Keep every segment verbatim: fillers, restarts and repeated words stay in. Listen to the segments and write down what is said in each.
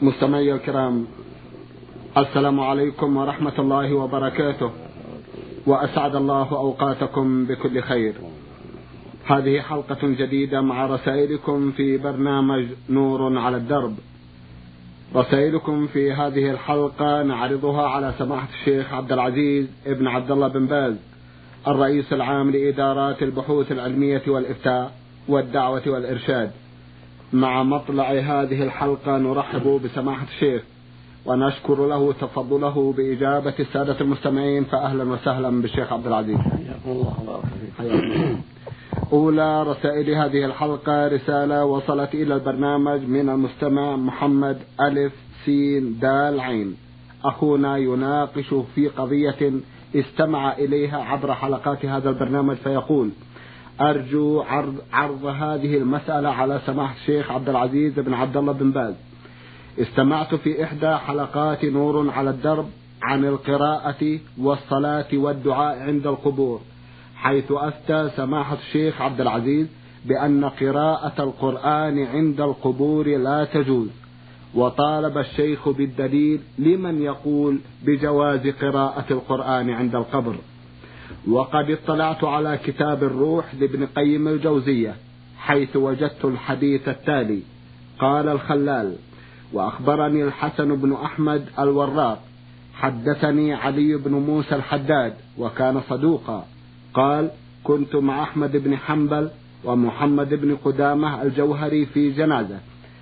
مستمعي الكرام، السلام عليكم ورحمة الله وبركاته، وأسعد الله أوقاتكم بكل خير. هذه حلقة جديدة مع رسائلكم في برنامج نور على الدرب. رسائلكم في هذه الحلقة نعرضها على سماحة الشيخ عبد العزيز ابن عبد الله بن باز، الرئيس العام لإدارات البحوث العلمية والإفتاء والدعوة والإرشاد. مع مطلع هذه الحلقة نرحب بسماحة الشيخ ونشكر له تفضله بإجابة السادة المستمعين، فأهلا وسهلا بالشيخ عبد العزيز. أولى رسائل هذه الحلقة رسالة وصلت إلى البرنامج من المستمع محمد ألف سين دال عين. أخونا يناقش في قضية استمع إليها عبر حلقات هذا البرنامج، فيقول: أرجو عرض, عرض هذه المسألة على سماحة الشيخ عبد العزيز بن عبد الله بن باز. استمعت في إحدى حلقات نور على الدرب عن القراءة والصلاة والدعاء عند القبور، حيث أفتى سماحة الشيخ عبد العزيز بأن قراءة القرآن عند القبور لا تجوز، وطالب الشيخ بالدليل لمن يقول بجواز قراءة القرآن عند القبر. وقد اطلعت على كتاب الروح لابن قيم الجوزية، حيث وجدت الحديث التالي: قال الخلال: وأخبرني الحسن بن أحمد الوراق حدثني علي بن موسى الحداد وكان صدوقا، قال: كنت مع أحمد بن حنبل ومحمد بن قدامة الجوهري في جنازة،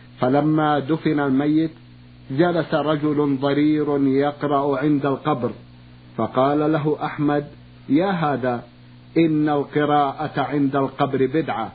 فلما دفن الميت جلس رجل ضرير يقرأ عند القبر، فقال له أحمد: يا هذا، إن القراءة عند القبر بدعة.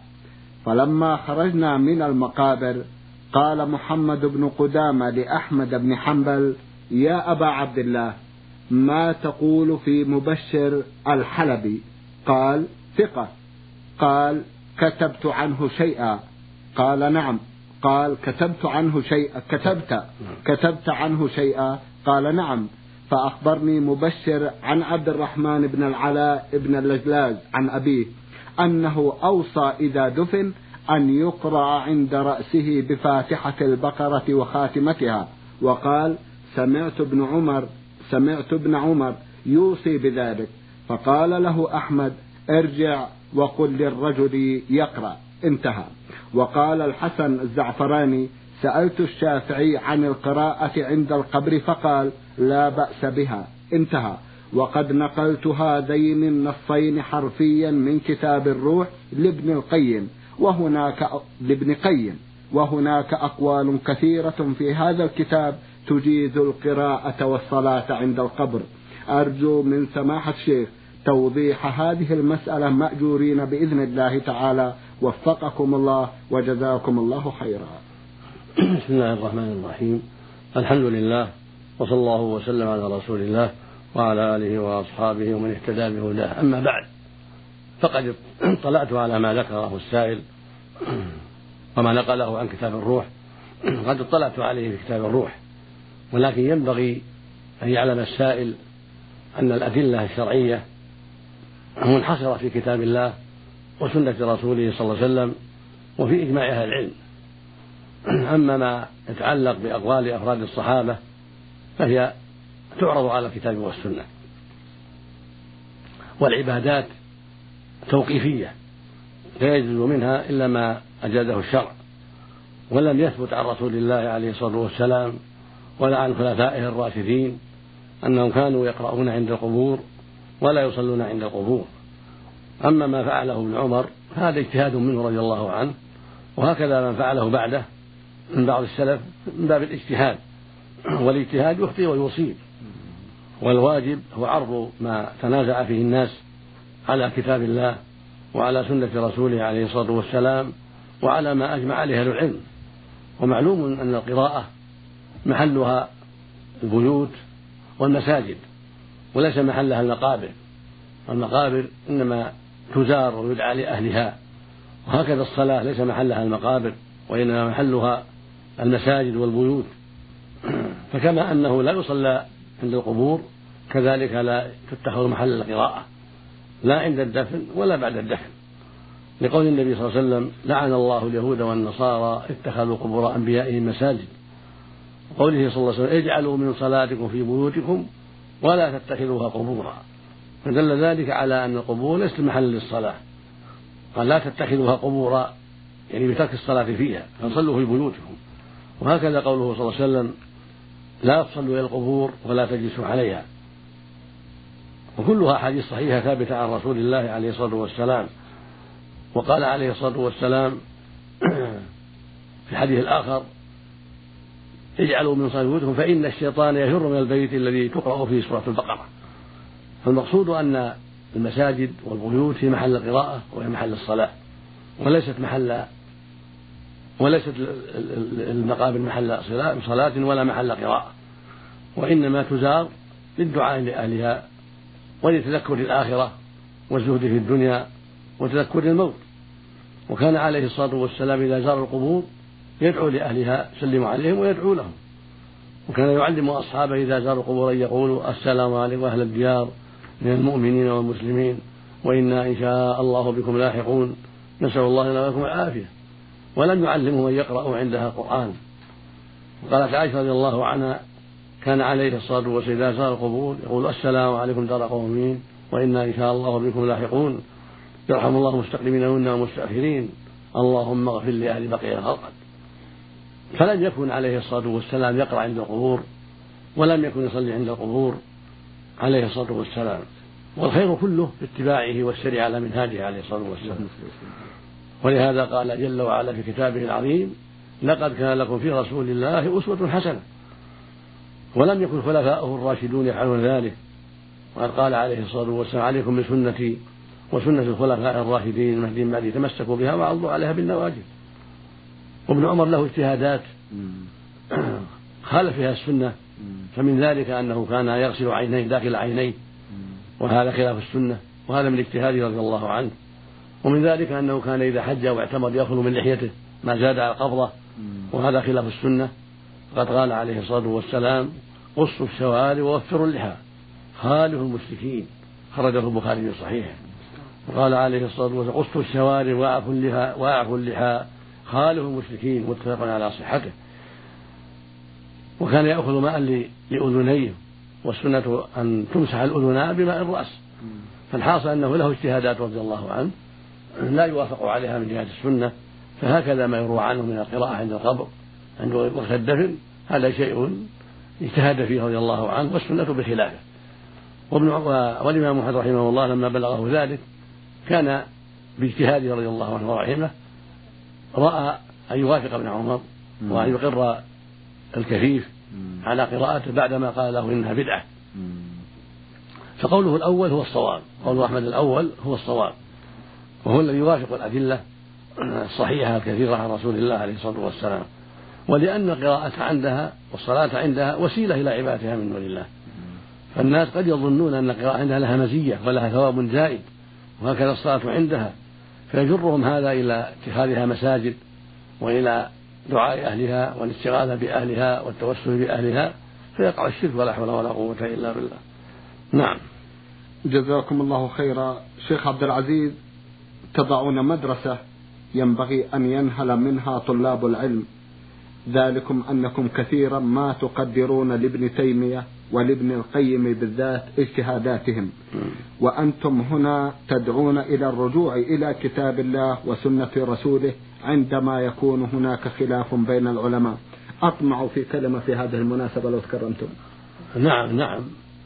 فلما خرجنا من المقابر قال محمد بن قدامة لأحمد بن حنبل: يا أبا عبد الله، ما تقول في مبشر الحلبي؟ قال: ثقة. قال: كتبت عنه شيئا؟ قال: نعم. قال: كتبت عنه شيئا كتبت كتبت عنه شيئا؟ قال: نعم. فأخبرني مبشر عن عبد الرحمن بن العلاء بن اللجلاج عن أبيه أنه أوصى إذا دفن أن يقرأ عند رأسه بفاتحة البقرة وخاتمتها، وقال: سمعت ابن عمر سمعت ابن عمر يوصي بذلك. فقال له أحمد: ارجع وقل للرجل يقرأ. انتهى. وقال الحسن الزعفراني: سألت الشافعي عن القراءة عند القبر فقال: لا بأس بها. انتهى. وقد نقلت هذين النصين حرفيا من كتاب الروح لابن القيم وهناك لابن قيم وهناك أقوال كثيرة في هذا الكتاب تجيز القراءة والصلاة عند القبر. أرجو من سماحة الشيخ توضيح هذه المسألة مأجورين بإذن الله تعالى، وفقكم الله وجزاكم الله خيرا. بسم الله الرحمن الرحيم. الحمد لله، وصلى الله وسلم على رسول الله وعلى آله وأصحابه ومن اهتدى بهداه. أما بعد، فقد اطلعت على ما ذكره السائل وما نقله عن كتاب الروح. قد اطلعت عليه في كتاب الروح، ولكن ينبغي أن يعلم السائل أن الأدلة الشرعية منحصرة في كتاب الله وسنة رسوله صلى الله عليه وسلم وفي إجماع أهل العلم. أما ما يتعلق بأقوال أفراد الصحابة فهي تعرض على الكتاب والسنة. والعبادات توقيفية لا يجوز منها إلا ما أجازه الشرع، ولم يثبت عن رسول الله عليه الصلاة والسلام ولا عن خلفائه الراشدين أنهم كانوا يقرؤون عند القبور ولا يصلون عند القبور. أما ما فعله ابن عمر فهذا اجتهاد منه رضي الله عنه، وهكذا من فعله بعده من بعض السلف من باب الاجتهاد، والاجتهاد يخطئ ويصيب، والواجب هو عرض ما تنازع فيه الناس على كتاب الله وعلى سنة رسوله عليه الصلاة والسلام وعلى ما أجمع عليه أهل العلم. ومعلوم أن القراءة محلها البيوت والمساجد وليس محلها المقابر. المقابر إنما تزار ويدعى لأهلها، وهكذا الصلاة ليس محلها المقابر وإنما محلها المساجد والبيوت. فكما أنه لا يصلى عند القبور كذلك لا تتخذ محل القراءة لا عند الدفن ولا بعد الدفن، لقول النبي صلى الله عليه وسلم: لعن الله اليهود والنصارى اتخذوا قبور أنبيائهم مساجد. قوله صلى الله عليه وسلم اجعلوا من صلاتكم في بيوتكم ولا تتخذوها قبورا، فدل ذلك على أن القبور ليست محل للصلاة، قال لا تتخذوها قبورا يعني بترك الصلاة فيها، فصلوا في بيوتكم. وهكذا قوله صلى الله عليه وسلم لا تصلوا إلى القبور ولا تجلسوا عليها، وكلها حديث صحيحة ثابتة عن رسول الله عليه الصلاة والسلام. وقال عليه الصلاة والسلام في الحديث الآخر اجعلوا من صلاة بيوتكم فإن الشيطان يفر من البيت الذي تقرأ فيه سورة البقرة. فالمقصود أن المساجد والبيوت هي محل القراءة وهي محل الصلاة، وليست محل وليست المقابر محل صلاة ولا محل قراءة، وإنما تزار للدعاء لأهلها ولتذكر الآخرة والزهد في الدنيا وتذكر الموت. وكان عليه الصلاة والسلام إذا زار القبور يدعو لأهلها يسلم عليهم ويدعو لهم، وكان يعلم أصحابه إذا زاروا القبور أن يقولوا السلام عليكم أهل الديار من المؤمنين والمسلمين وإنا إن شاء الله بكم لاحقون نسأل الله لنا ولكم العافية. ولم يعلمهم أن يقرأوا عندها القرآن. وقالت عائشة رضي الله عنها كان عليه الصلاة والسلام إذا زار القبور يقول السلام عليكم دار قومين وإنا إن شاء الله بكم لاحقون يرحم الله مستقدمين منا ومستأخرين اللهم اغفر لأهل بقية خلقك. فلم يكن عليه الصلاة والسلام يقرأ عند القبور ولم يكن يصلي عند القبور عليه الصلاة والسلام، والخير كله في اتباعه والسير على منهاجه عليه الصلاة والسلام. ولهذا قال جل وعلا في كتابه العظيم لقد كان لكم في رسول الله أسوة حسنة. ولم يكن خلفاؤه الراشدون يفعلون ذلك، وقد قال عليه الصلاة والسلام عليكم بسنتي وسنة الخلفاء الراشدين المهديين بعدي تمسكوا بها وعضوا عليها بالنواجذ. وابن عمر له اجتهادات خالف فيها السنة، فمن ذلك أنه كان يغسل عينيه داخل عينيه وهذا خلاف السنة، وهذا من اجتهاده رضي الله عنه. ومن ذلك أنه كان إذا حج أو اعتمر يأخذ من لحيته ما زاد على القبضة وهذا خلاف السنة. قد قال عليه الصلاة والسلام قصوا الشوارب ووفروا اللحى خالفوا المشركين، خرجه البخاري في صحيحه. وقال عليه الصلاة والسلام قصوا الشوارب واعفوا اللحى خالفوا المشركين، متفق على صحته. وكان يأخذ ماء لأذنيه، والسنة أن تمسح الأذنان بماء الرأس. فالحاصل أنه له اجتهادات رضي الله عنه لا يوافق عليها من جهة السنة. فهكذا ما يروى عنه من القراءة عند القبر عند وقت الدفن هذا شيء اجتهد فيه رضي الله عنه والسنة بخلافه. والإمام أحمد رحمه الله لما بلغه ذلك كان باجتهاده رضي الله عنه ورحمه رأى أن يوافق ابن عمر وأن يقر الكفيف على قراءته بعدما قال له إنها بدعة. فقوله الأول هو الصواب، قول أحمد الأول هو الصواب، وهو الذي يوافق الأدلة الصحيحة الكثيرة عن رسول الله عليه الصلاة والسلام. ولأن القراءة عندها والصلاة عندها وسيلة إلى عبادتها من دون الله، فالناس قد يظنون أن القراءة عندها لها مزية ولها ثواب زائد، وهكذا الصلاة عندها، فيجرهم هذا إلى اتخاذها مساجد وإلى دعاء أهلها والاستغاثة بأهلها والتوسل بأهلها، فيقع الشرك ولا حول ولا قوة إلا بالله. نعم. جزاكم الله خيرا. شيخ عبد العزيز، تضعون مدرسة ينبغي أن ينهل منها طلاب العلم، ذلكم أنكم كثيرا ما تقدرون لابن تيمية ولابن القيم بالذات اجتهاداتهم، وأنتم هنا تدعون إلى الرجوع إلى كتاب الله وسنة رسوله عندما يكون هناك خلاف بين العلماء. أطمع في كلمة في هذه المناسبة لو تكرمتم. نعم نعم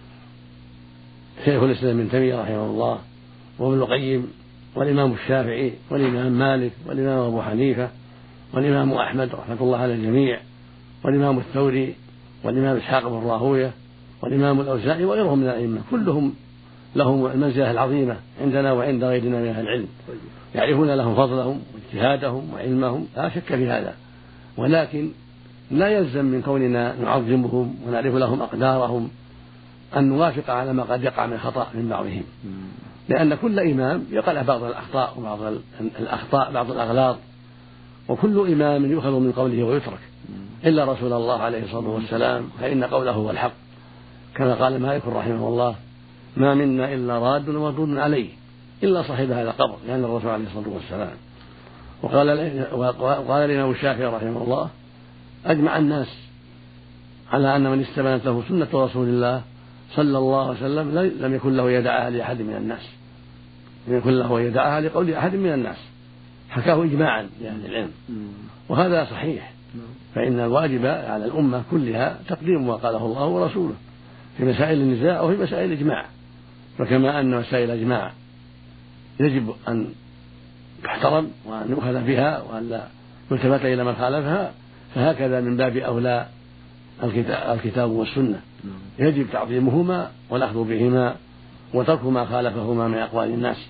شيخ الإسلام ابن تيمية رحمه الله وابن القيم والإمام الشافعي والإمام مالك والإمام أبو حنيفة والإمام أحمد رحمة الله على الجميع والإمام الثوري والإمام إسحاق بن راهوية والإمام الأوزاعي وغيرهم من الأئمة كلهم لهم المنزلة العظيمة عندنا وعند غيرنا من أهل العلم، يعرفون لهم فضلهم واجتهادهم وعلمهم لا شك في هذا، ولكن لا يلزم من كوننا نعظمهم ونعرف لهم أقدارهم أن نوافق على ما قد يقع من خطأ من بعضهم، لأن كل إمام يقع بعض الأخطاء وبعض الأخطاء بعض الأغلاط، وكل إمام يؤخذ من قوله ويترك إلا رسول الله عليه الصلاة والسلام، فإن قوله هو الحق، كما قال مالك رحمه الله ما منا إلا راد ومردود عليه إلا صاحب هذا القبر، لأن الرسول عليه الصلاة والسلام. وقال وقال الإمام الشافعي رحمه الله أجمع الناس على أن من استبانت له سنة رسول الله صلى الله عليه وسلم لم يكن له يدعها لأحد من الناس، لم يكن له يدعها لقول أحد من الناس، حكاه إجماعا لأهل العلم، وهذا صحيح. فإن الواجب على الأمة كلها تقديم ما قاله الله ورسوله في مسائل النزاع أو في مسائل الإجماع. فكما أن مسائل الإجماع يجب أن تحترم وأن يؤخذ بها وأن لا يلتفت إلى من خالفها، فهكذا من باب أولى الكتاب والسنة يجب تعظيمهما والأخذ بهما وترك ما خالفهما من أقوال الناس.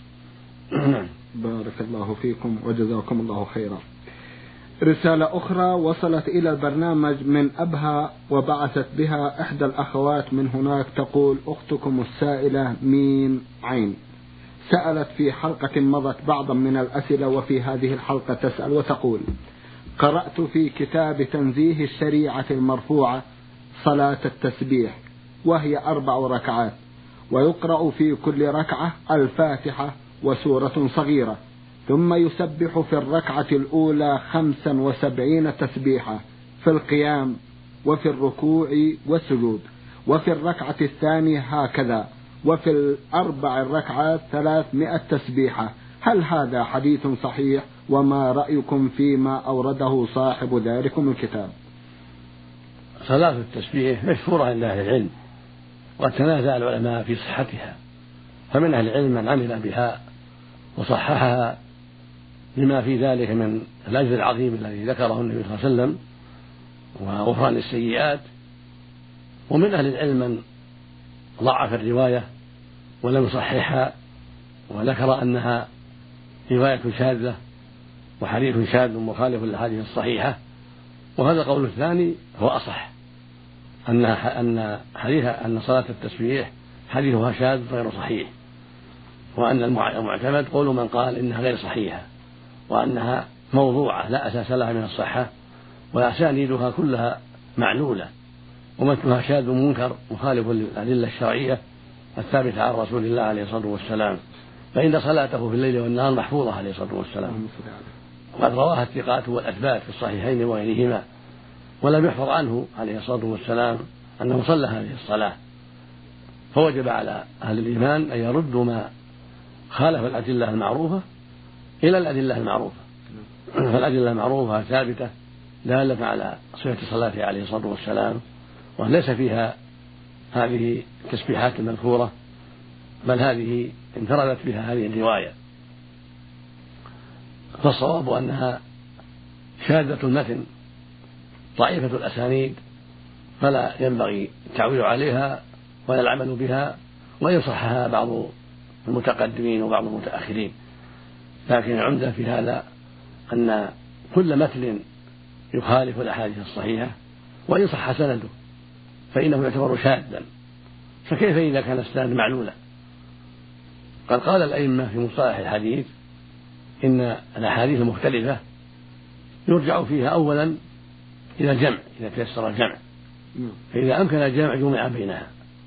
بارك الله فيكم وجزاكم الله خيرا. رسالة أخرى وصلت إلى البرنامج من أبها وبعثت بها إحدى الأخوات من هناك، تقول: أختكم السائلة ميم عين سألت في حلقة مضت بعضا من الأسئلة، وفي هذه الحلقة تسأل وتقول: قرأت في كتاب تنزيه الشريعة المرفوعة صلاة التسبيح، وهي أربع ركعات، ويقرأ في كل ركعة الفاتحة وسورة صغيرة، ثم يسبح في الركعة الأولى خمسا وسبعين تسبيحة في القيام وفي الركوع والسجود، وفي الركعة الثانية هكذا، وفي الأربع الركعات ثلاثمائة تسبيحة. هل هذا حديث صحيح؟ وما رأيكم فيما أورده صاحب ذلكم الكتاب؟ صلاة التسبيح مشهورة عند أهل العلم، وتنازع العلماء في صحتها، فمن أهل العلم من عمل بها وصححها لما في ذلك من الأجر العظيم الذي ذكره النبي صلى الله عليه وسلم وغفران السيئات، ومن أهل العلم من ضعف الرواية ولم يصححها وذكر أنها رواية شاذة وحديث شاذ مخالف للحديث الصحيحة. وهذا القول الثاني هو أصح، أن أن حديث أن صلاة التسبيح حديثها شاذ غير صحيح، وأن المعتمد قول من قال إنها غير صحيحة وأنها موضوعة لا أساس لها من الصحة، وأسانيدها كلها معلولة، ومتنها شاذ منكر مخالف للأدلة الشرعية الثابتة عن رسول الله عليه الصلاة والسلام، فإن صلاته في الليل والنهار محفوظة عليه الصلاة والسلام، وقد رواها الثقات والأثبات في الصحيحين وغيرهما، ولم يحفظ عنه عليه الصلاة والسلام أنه صلى هذه الصلاة. فوجب على أهل الإيمان أن يردوا ما خالف الأدلة المعروفة إلى الأدلة المعروفة، فالأدلة المعروفة ثابتة دالة على صفة صلاته عليه الصلاة والسلام، وليس فيها هذه التسبيحات المذكورة، بل هذه انفردت بها هذه الرواية. فالصواب أنها شاذة المتن ضعيفة الأسانيد، فلا ينبغي التعويل عليها ولا العمل بها، وإن صحها بعض المتقدمين وبعض المتأخرين. لكن العمدة في هذا أن كل متن يخالف الأحاديث الصحيحة وإن صح سنده فإنه يعتبر شاذا، فكيف إذا كان السند معلولا؟ قد قال الأئمة في مصطلح الحديث إن الأحاديث المختلفة يرجع فيها أولا إلى الجمع إذا تيسر الجمع، فإذا أمكن الجمع جمع بينها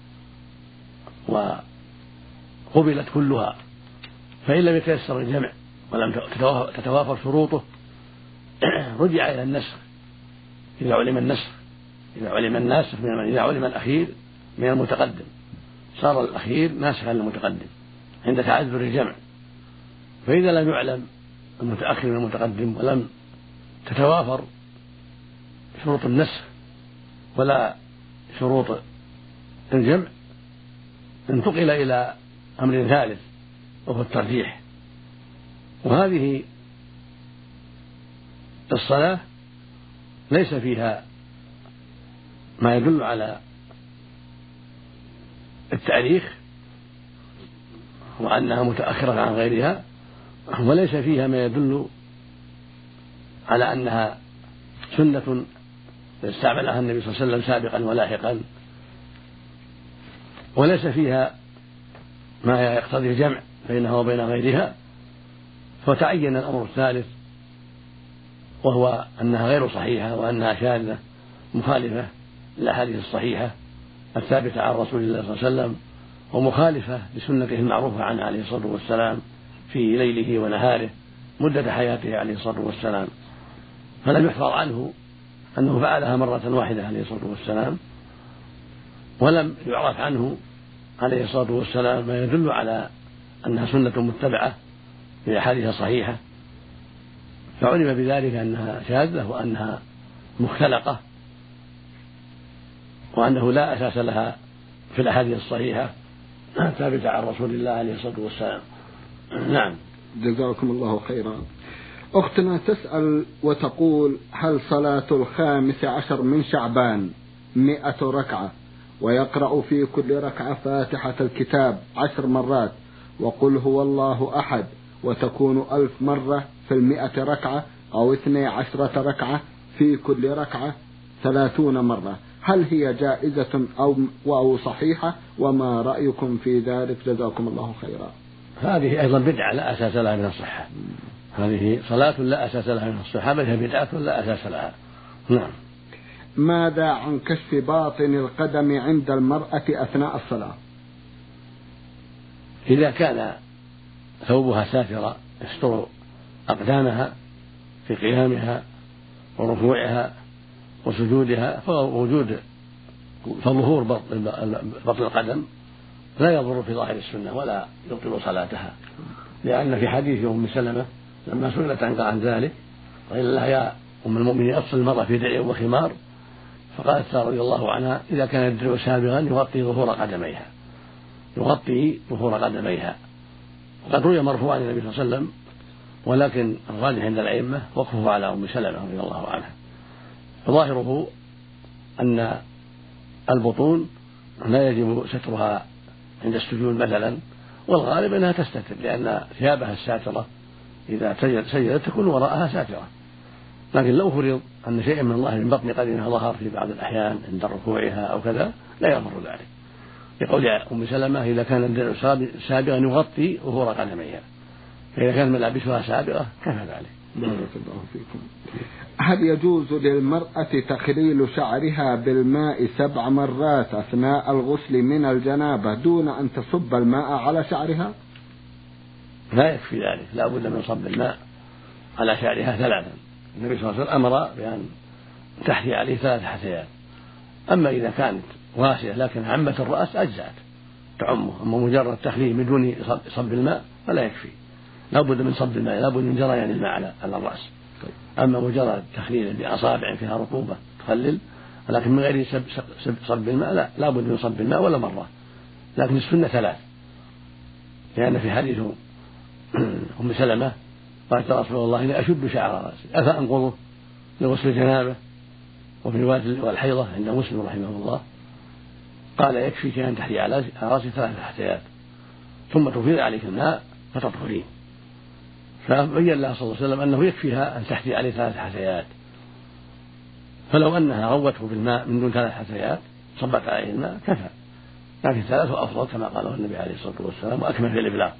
وقبلت كلها، فإن لم يتيسر الجمع ولم تتوافر شروطه رجع إلى النسخ إذا علم النسخ إذا علم الناسخ من إذا علم الأخير من المتقدم صار الأخير ناسخا للمتقدم عند تعذر الجمع. فإذا لم يعلم المتأخر من المتقدم ولم تتوافر شروط النسخ ولا شروط الجمع انتقل إلى أمر ثالث وهو الترجيح. وهذه الصلاة ليس فيها ما يدل على التاريخ وأنها متأخرة عن غيرها، وليس فيها ما يدل على أنها سنة استعملها النبي صلى الله عليه وسلم سابقا ولاحقا، وليس فيها ما يقتضي الجمع بينها وبين غيرها، فتعين الأمر الثالث وهو أنها غير صحيحة وأنها شاذة مخالفة للأحاديث الصحيحة الثابتة عن رسول الله صلى الله عليه وسلم، ومخالفة لسنته المعروفة عنه عليه الصلاة والسلام في ليله ونهاره مدة حياته عليه الصلاة والسلام، فلم يحفظ عنه أنه فعلها مرة واحدة عليه الصلاة والسلام، ولم يعرف عنه عليه الصلاة والسلام ما يدل على أنها سنة متبعة في أحاديث صحيحة، فعلم بذلك أنها شاذة وأنها مختلقة وأنه لا أساس لها في الأحاديث الصحيحة ثابتة عن رسول الله عليه الصلاة والسلام. نعم. جزاكم الله خيرا. أختنا تسأل وتقول: هل صلاة الخامس عشر من شعبان مئة ركعة ويقرأ في كل ركعة فاتحة الكتاب عشر مرات وقل هو الله أحد وتكون ألف مرة في المئة ركعة، أو اثني عشرة ركعة في كل ركعة ثلاثون مرة، هل هي جائزة أو, أو صحيحة؟ وما رأيكم في ذلك؟ جزاكم الله خيرا. هذه أيضا بدعة لا أساس لها من الصحة، هذه صلاة لا أساس لها من الصحة، بل هي بدعة لا أساس لها. نعم. ماذا عن كشف باطن القدم عند المرأة أثناء الصلاة؟ إذا كان ثوبها ساترا يستر أقدامها في قيامها وركوعها وسجودها، فوجود فظهور بطن القدم لا يضر في ظاهر السنة ولا يبطل صلاتها، لأن في حديث أم سلمة لما سئلت عن ذلك قيل لها: يا أم المؤمنين أفصل المرأة في درع وخمار؟ فقالت رضي الله عنها: إذا كان الدرع سابغا يغطي ظهور قدميها يغطي ظهور قدميها. وقد روي مرفوعا عن النبي صلى الله عليه وسلم، ولكن الراجح عند الأئمة وقفه على أم سلمة رضي الله عنها. فظاهره أن البطون لا يجب سترها عند السجود مثلا، والغالب أنها تستتر، لأن ثيابها الساترة إذا سجدت تكون وراءها ساترة. لكن لو فرض أن شيئا من الله من بطن قدمها ظهر في بعض الأحيان عند ركوعها أو كذا لا يضر ذلك، يقول أم سلمة: إذا كان الدرع سابغا يغطي ظهور قدميها، فإذا كان ملابسها سابغة كفى ذلك. بارك الله فيكم. هل يجوز للمرأة تخليل شعرها بالماء سبع مرات أثناء الغسل من الجنابة دون أن تصب الماء على شعرها؟ لا يكفي ذلك، لا بد من صب الماء على شعرها ثلاثا. النبي صلى الله عليه وسلم أمر بأن تحثي عليه ثلاث حثيات. أما إذا كانت واسعة لكن عمت الرأس أجزأت تعمه، أما مجرد تخليه بدون صب الماء فلا يكفي، لا بد من صب الماء، لا بد من جريان الماء على الرأس. أما مجرد تخليل بأصابع فيها رطوبة تخلل لكن من غير صب الماء لا لا بد من صب الماء ولا مرة، لكن السنة ثلاث، لأن في حديث أم سلمة قالت: يا رسول الله إني أشد شعر رأسي أفأنقضه لغسل الجنابة؟ وفي رواية والحيضة عند مسلم رحمه الله قال: يكفيك أن تحثي على رأسك ثلاث حثيات ثم تفيض عليك الماء فتطهرين. فبين لها صلى الله عليه وسلم أنه يكفيها أن تحثي عليه ثلاث حثيات، فلو أنها روته بالماء من دون ثلاث حثيات صبت عليه الماء كفى، لكن ثلاثة أفضل كما قاله النبي عليه الصلاة والسلام وأكمل في الإبلاغ.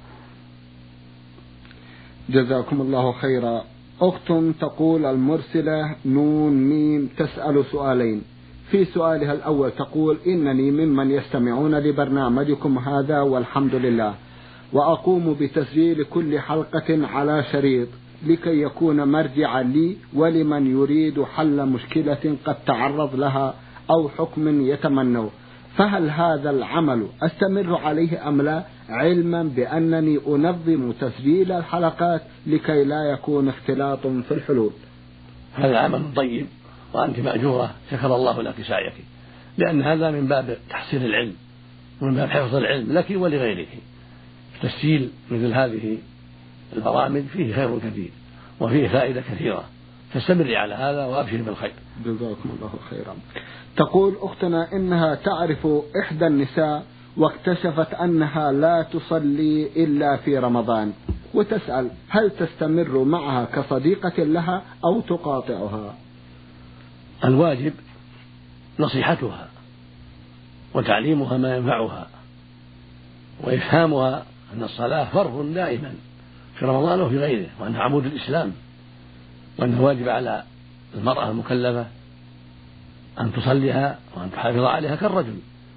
جزاكم الله خيرا. أخت تقول المرسلة نون ميم تسأل سؤالين. في سؤالها الأول تقول: إنني ممن يستمعون لبرنامجكم هذا والحمد لله، وأقوم بتسجيل كل حلقة على شريط لكي يكون مرجعا لي ولمن يريد حل مشكلة قد تعرض لها أو حكم يتمنوا، فهل هذا العمل أستمر عليه أم لا، علما بأنني أنظم تسجيل الحلقات لكي لا يكون اختلاط في الحلول؟ هذا عمل طيب وأنت مأجورة، شكر الله لك سعيك، لأن هذا من باب تحصيل العلم ومن باب حفظ العلم لك ولغيرك. تسجيل مثل هذه البرامج فيه خير كثير وفيه فائدة كثيرة، فاستمري على هذا وأبشر بالخير. جزاكم الله خيرا. تقول أختنا إنها تعرف إحدى النساء واكتشفت أنها لا تصلي إلا في رمضان، وتسأل: هل تستمر معها كصديقة لها أو تقاطعها؟ الواجب نصيحتها وتعليمها ما ينفعها وإفهامها أن الصلاة فرض دائما في رمضان وفي غيره، وأنها عمود الإسلام، وأنه واجب على المرأة المكلفة أن تصليها وأن تحافظ عليها كالرجل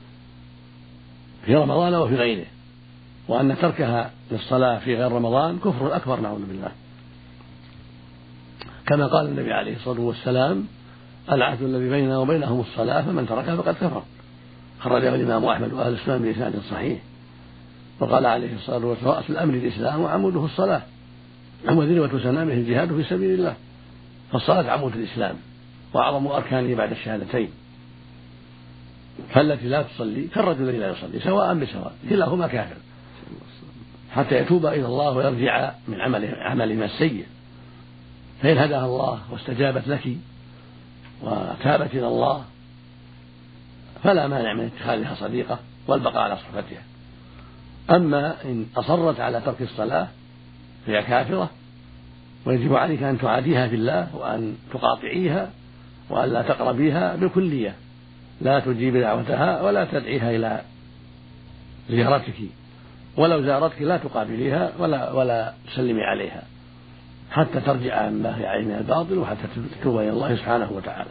في رمضان وفي غيره، وأن تركها للصلاة في غير رمضان كفر أكبر نعوذ بالله، كما قال النبي عليه الصلاة والسلام: العهد الذي بيننا وبينهم الصلاة فمن تركها فقد كفر. خرجه الإمام أحمد وأهل السنن بإسناد صحيح. وقال عليه الصلاة والسلام رأس الأمر الإسلام وعموده الصلاة وذروة سنامه الجهاد في سبيل الله. فالصلاة عمود الإسلام وأعظم أركانه بعد الشهادتين، فالتي لا تصلي كالرجل الذي لا يصلي سواء بسواء، كلاهما كافر حتى يتوب إلى الله ويرجع من عمله عملهما السيء. فإن هداها الله واستجابت لك وتابت إلى الله فلا مانع من اتخاذها صديقة والبقاء على صحبتها. أما إن أصرت على ترك الصلاة فهي كافرة، ويجب عليك أن تعاديها في الله وأن تقاطعيها وأن لا تقربيها بالكلية، لا تجيب دعوتها ولا تدعيها إلى زيارتك، ولو زارتك لا تقابليها ولا ولا تسلمي عليها حتى ترجع عما هي عليه من الباطل وحتى تتوب إلى الله سبحانه وتعالى،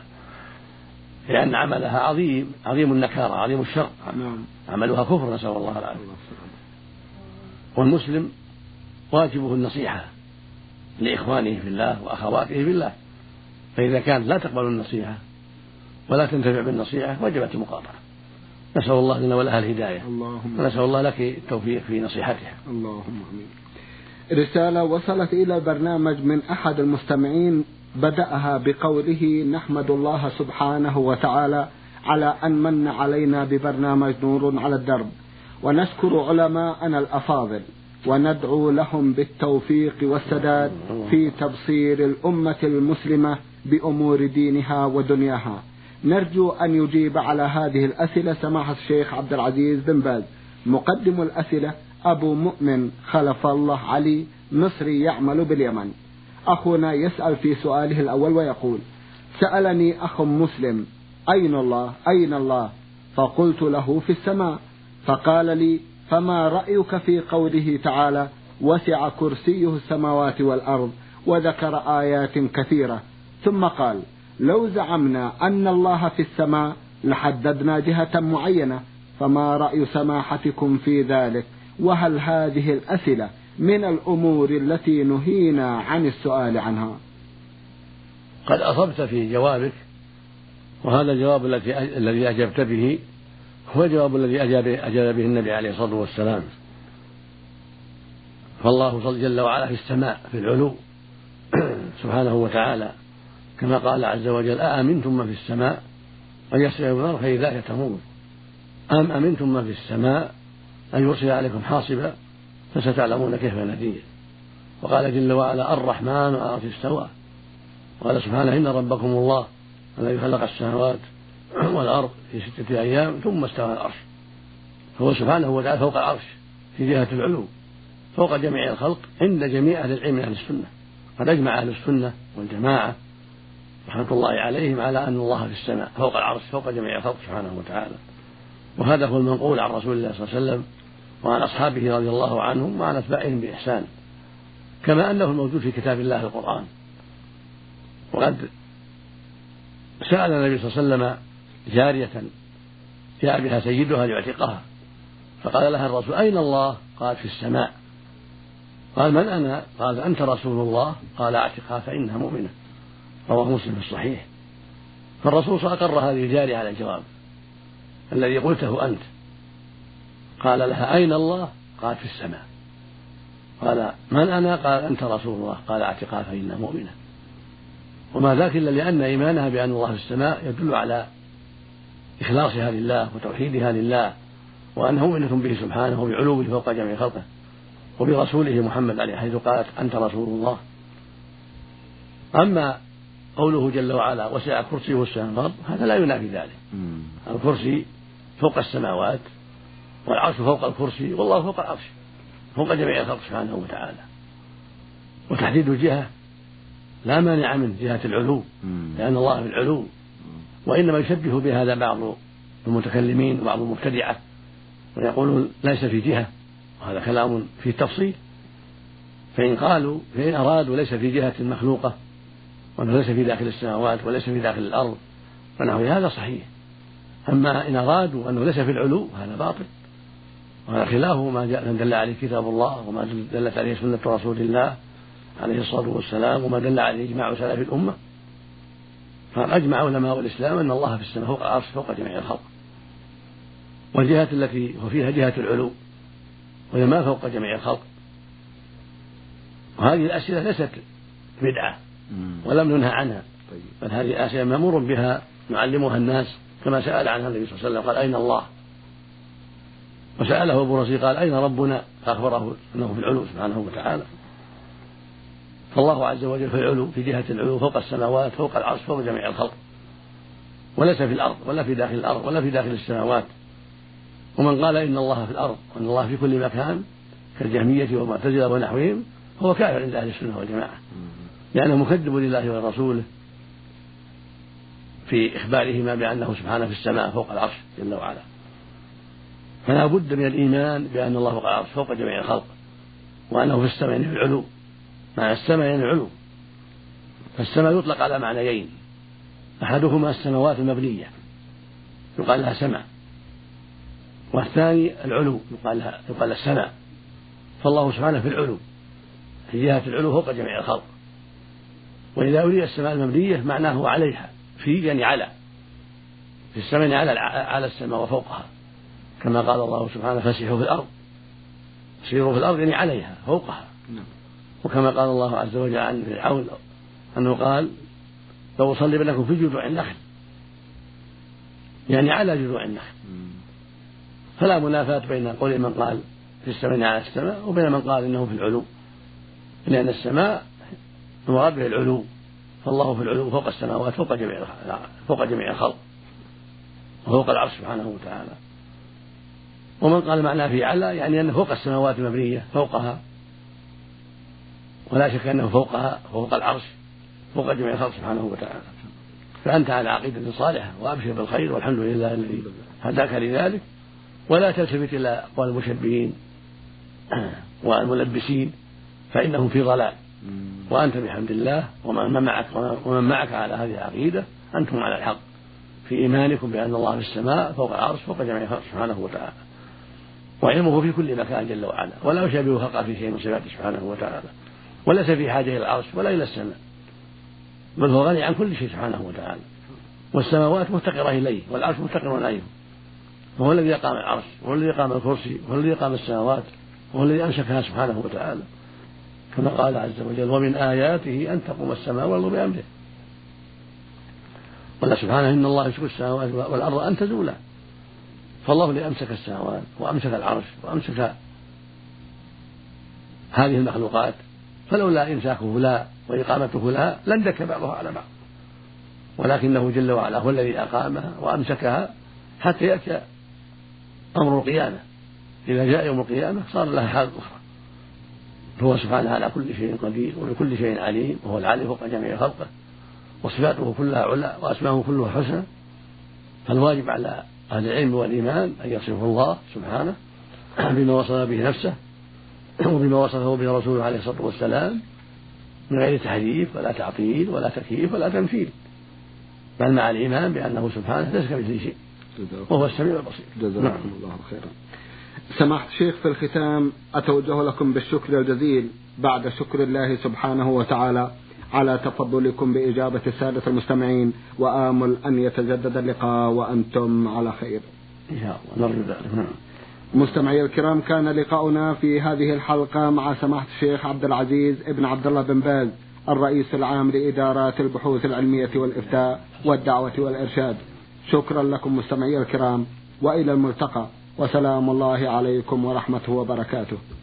لأن عملها عظيم عظيم النكارة عظيم الشر، عملها كفر نسأل الله العافية. والمسلم واجبه النصيحة لإخوانه في الله وأخواته في الله، فإذا كانت لا تقبل النصيحة ولا تنتفع بالنصيحة وجبت المقاطعة. نسأل الله لنا ولها الهداية، ونسأل الله لك التوفيق في نصيحتها. اللهم آمين. رسالة وصلت إلى البرنامج من أحد المستمعين بدأها بقوله: نحمد الله سبحانه وتعالى على أن من علينا ببرنامج نور على الدرب، ونشكر علماءنا الأفاضل وندعو لهم بالتوفيق والسداد في تبصير الأمة المسلمة بأمور دينها ودنياها. نرجو أن يجيب على هذه الأسئلة سماحة الشيخ عبد العزيز بن باز. مقدم الأسئلة أبو مؤمن خلف الله علي، مصري يعمل باليمن. أخونا يسأل في سؤاله الأول ويقول: سألني أخ مسلم أين الله أين الله فقلت له في السماء، فقال لي: فما رأيك في قوله تعالى: وسع كرسيه السماوات والأرض، وذكر آيات كثيرة، ثم قال: لو زعمنا أن الله في السماء لحددنا جهة معينة، فما رأي سماحتكم في ذلك؟ وهل هذه الأسئلة من الأمور التي نهينا عن السؤال عنها؟ قد أصبت في جوابك، وهذا الجواب الذي أجبت به هو الجواب الذي أجاب, أجاب به النبي عليه الصلاة والسلام. فالله جل وعلا في السماء في العلو سبحانه وتعالى، كما قال عز وجل: أأمنتم من في السماء أن يسرع النار فإذا هي تمور، أم أمنتم من في السماء أن يرسل عليكم حاصبا فستعلمون كيف نذير. وقال جل وعلا: الرحمن على العرش استوى. وقال سبحانه: إن ربكم الله الذي خلق السماوات والأرض في ستة أيام ثم استوى على العرش. فهو سبحانه وتعالى فوق العرش في جهة العلو فوق جميع الخلق عند جميع أهل العلم من أهل السنة. قد أجمع أهل السنة والجماعة رحمة الله عليهم على أن الله في السماء فوق العرش فوق جميع الخلق سبحانه وتعالى. وهذا هو المنقول عن رسول الله صلى الله عليه وسلم وعن أصحابه رضي الله عنهم وعن أتباعهم بإحسان، كما أنه الموجود في كتاب الله القرآن. وقد سأل النبي صلى الله عليه وسلم جارية جاء بها سيدها ليعتقها، فقال لها الرسول: أين الله؟ قالت: في السماء. قال: من أنا؟ قال: أنت رسول الله. قال: اعتقها فإنها مؤمنة. رواه مسلم في الصحيح. فالرسول صلى الله عليه وسلم أقر هذه الجارية على الجواب الذي قلته أنت. قال لها: أين الله؟ قالت: في السماء. قال: من أنا؟ قال: أنت رسول الله. قال: اعتقها فإنها مؤمنة. وما ذاك إلا لأن إيمانها بأن الله في السماء يدل على إخلاصها لله وتوحيدها لله، وأنها مؤمنة به سبحانه وبعلوه فوق جميع خلقه وبرسوله محمد عليه، حيث قالت: أنت رسول الله. أما قوله جل وعلا: وسع كرسيه السماوات والأرض، هذا لا ينافي ذلك. الكرسي فوق السماوات والعرش فوق الكرسي، والله فوق العرش فوق جميع الخلق سبحانه وتعالى. وتحديد الجهة لا مانع من جهة العلو، لأن الله في العلو، وإنما يشبه بهذا بعض المتكلمين وبعض المبتدعة ويقولون ليس في جهة، وهذا كلام فيه تفصيل. فإن قالوا فإن أرادوا ليس في جهة مخلوقة وأنه ليس في داخل السماوات وليس في داخل الأرض فنحو هذا صحيح. أما إن أرادوا أنه ليس في العلو هذا باطل، وهذا خلافه ما دل عليه كتاب الله وما دلت عليه سنة رسول الله عليه الصلاة والسلام وما دل عليه إجماع سلف الأمة. فأجمع علماء الإسلام أن الله في السماء فوق العرش فوق جميع الخلق، والجهة التي هو فيها جهة العلو وهي ما فوق جميع الخلق. وهذه الأسئلة ليست بدعة ولم ننهى عنها، بل هذه أسئلة مأمور بها نعلمها الناس، كما سأل عنها النبي صلى الله عليه وسلم قال أين الله؟ وسأله أبو رزي قال أين ربنا؟ فأخبره أنه في العلو سبحانه وتعالى. فالله عز وجل في العلو، في جهة العلو فوق السماوات فوق العرش فوق جميع الخلق، وليس في الأرض ولا في داخل الأرض ولا في داخل السماوات. ومن قال إن الله في الأرض وأن الله في كل مكان كالجهمية والمعتزلة ونحوهم هو كافر عند أهل السنة والجماعة، لأنه مكذب لله ورسوله في إخبارهما بأنه سبحانه في السماء فوق العرش جل وعلا. فلا بد من الإيمان بأن الله فوق العرش فوق جميع الخلق، وأنه في السماء يعني في العلو، مع السماء يعني العلو. فالسماء يطلق على معنيين، أحدهما السماوات المبنية يقال لها سماء، والثاني العلو يقال لها يقال لها السماء. فالله سبحانه في العلو، في جهة العلو فوق جميع الخلق. وإذا أريد السماء المبنية معناه عليها، في يعني على، في السماء يعني على على السماء وفوقها، كما قال الله سبحانه فسيحوا في الأرض، سيروا في الأرض يعني عليها فوقها. وكما قال الله عز وجل عن فرعون أنه قال لو أصلبنكم في جذوع النخل، يعني على جذوع النخل. فلا منافاة بين قول من قال في السماء على السماء وبين من قال إنه في العلو، لأن السماء المراد به العلو، فالله في العلو فوق السماوات فوق جميع فوق جميع الخلق وفوق العرش سبحانه وتعالى. ومن قال معناه في على يعني أنه فوق السماوات المبنية فوقها، ولا شك أنه فوقها فوق العرش فوق جميع الخلق سبحانه وتعالى. فأنت على عقيدة صالحة وأبشر بالخير، والحمد لله الذي هداك لذلك. ولا تلتفت إلى أقوال المشبهين والملبسين فإنهم في ضلال، وأنت بحمد الله ومن معك ومن معك على هذه العقيدة أنتم على الحق في إيمانكم بأن الله في السماء فوق العرش فوق جميع الخلق سبحانه وتعالى، وعلمه في كل مكان جل وعلا، ولا يشابه خلقه في شيء من صفاته سبحانه وتعالى، وليس في حاجة إلى العرش ولا إلى السماء، بل هو غني عن كل شيء سبحانه وتعالى. والسماوات مفتقرة إليه والعرش مفتقر إليه، وهو الذي أقام العرش وهو الذي أقام الكرسي وهو الذي أقام السماوات وهو الذي أمسكها سبحانه وتعالى، كما قال عز وجل ومن آياته أن تقوم السماء والأرض بأمره. قال سبحانه إن الله يمسك السماوات والأرض أن تزولا. فالله الذي أمسك السماوات وأمسك العرش وأمسك هذه المخلوقات، فلولا إمساكه لا وإقامته لا لاندك بعضها على بعض، ولكنه جل وعلا هو الذي أقامها وأمسكها حتى يأتي أمر القيامة. إذا جاء يوم القيامة صار لها حال أخرى. هو سبحانه على كل شيء قدير وبكل شيء عليم، وهو العالي فوق جميع خلقه، وصفاته كلها علا وأسماؤه كلها حسنى. فالواجب على أهل العلم والإيمان أن يصفوا الله سبحانه بما وصف به نفسه وبما وصفه به رسوله عليه الصلاة والسلام، من غير تحريف ولا تعطيل ولا تكييف ولا تمثيل، بل مع الإيمان بأنه سبحانه ليس كمثله شيء وهو السميع البصير. جزاكم نعم. الله خيرا. سماحة الشيخ، في الختام أتوجه لكم بالشكر الجزيل بعد شكر الله سبحانه وتعالى على تفضلكم بإجابة السادة المستمعين، وآمل أن يتجدد اللقاء وأنتم على خير إن شاء الله. نرجو ذلك. مستمعي الكرام، كان لقاؤنا في هذه الحلقة مع سماحة الشيخ عبد العزيز ابن عبد الله بن باز، الرئيس العام لإدارات البحوث العلمية والإفتاء والدعوة والإرشاد. شكرا لكم مستمعي الكرام، وإلى الملتقى، وسلام الله عليكم ورحمته وبركاته.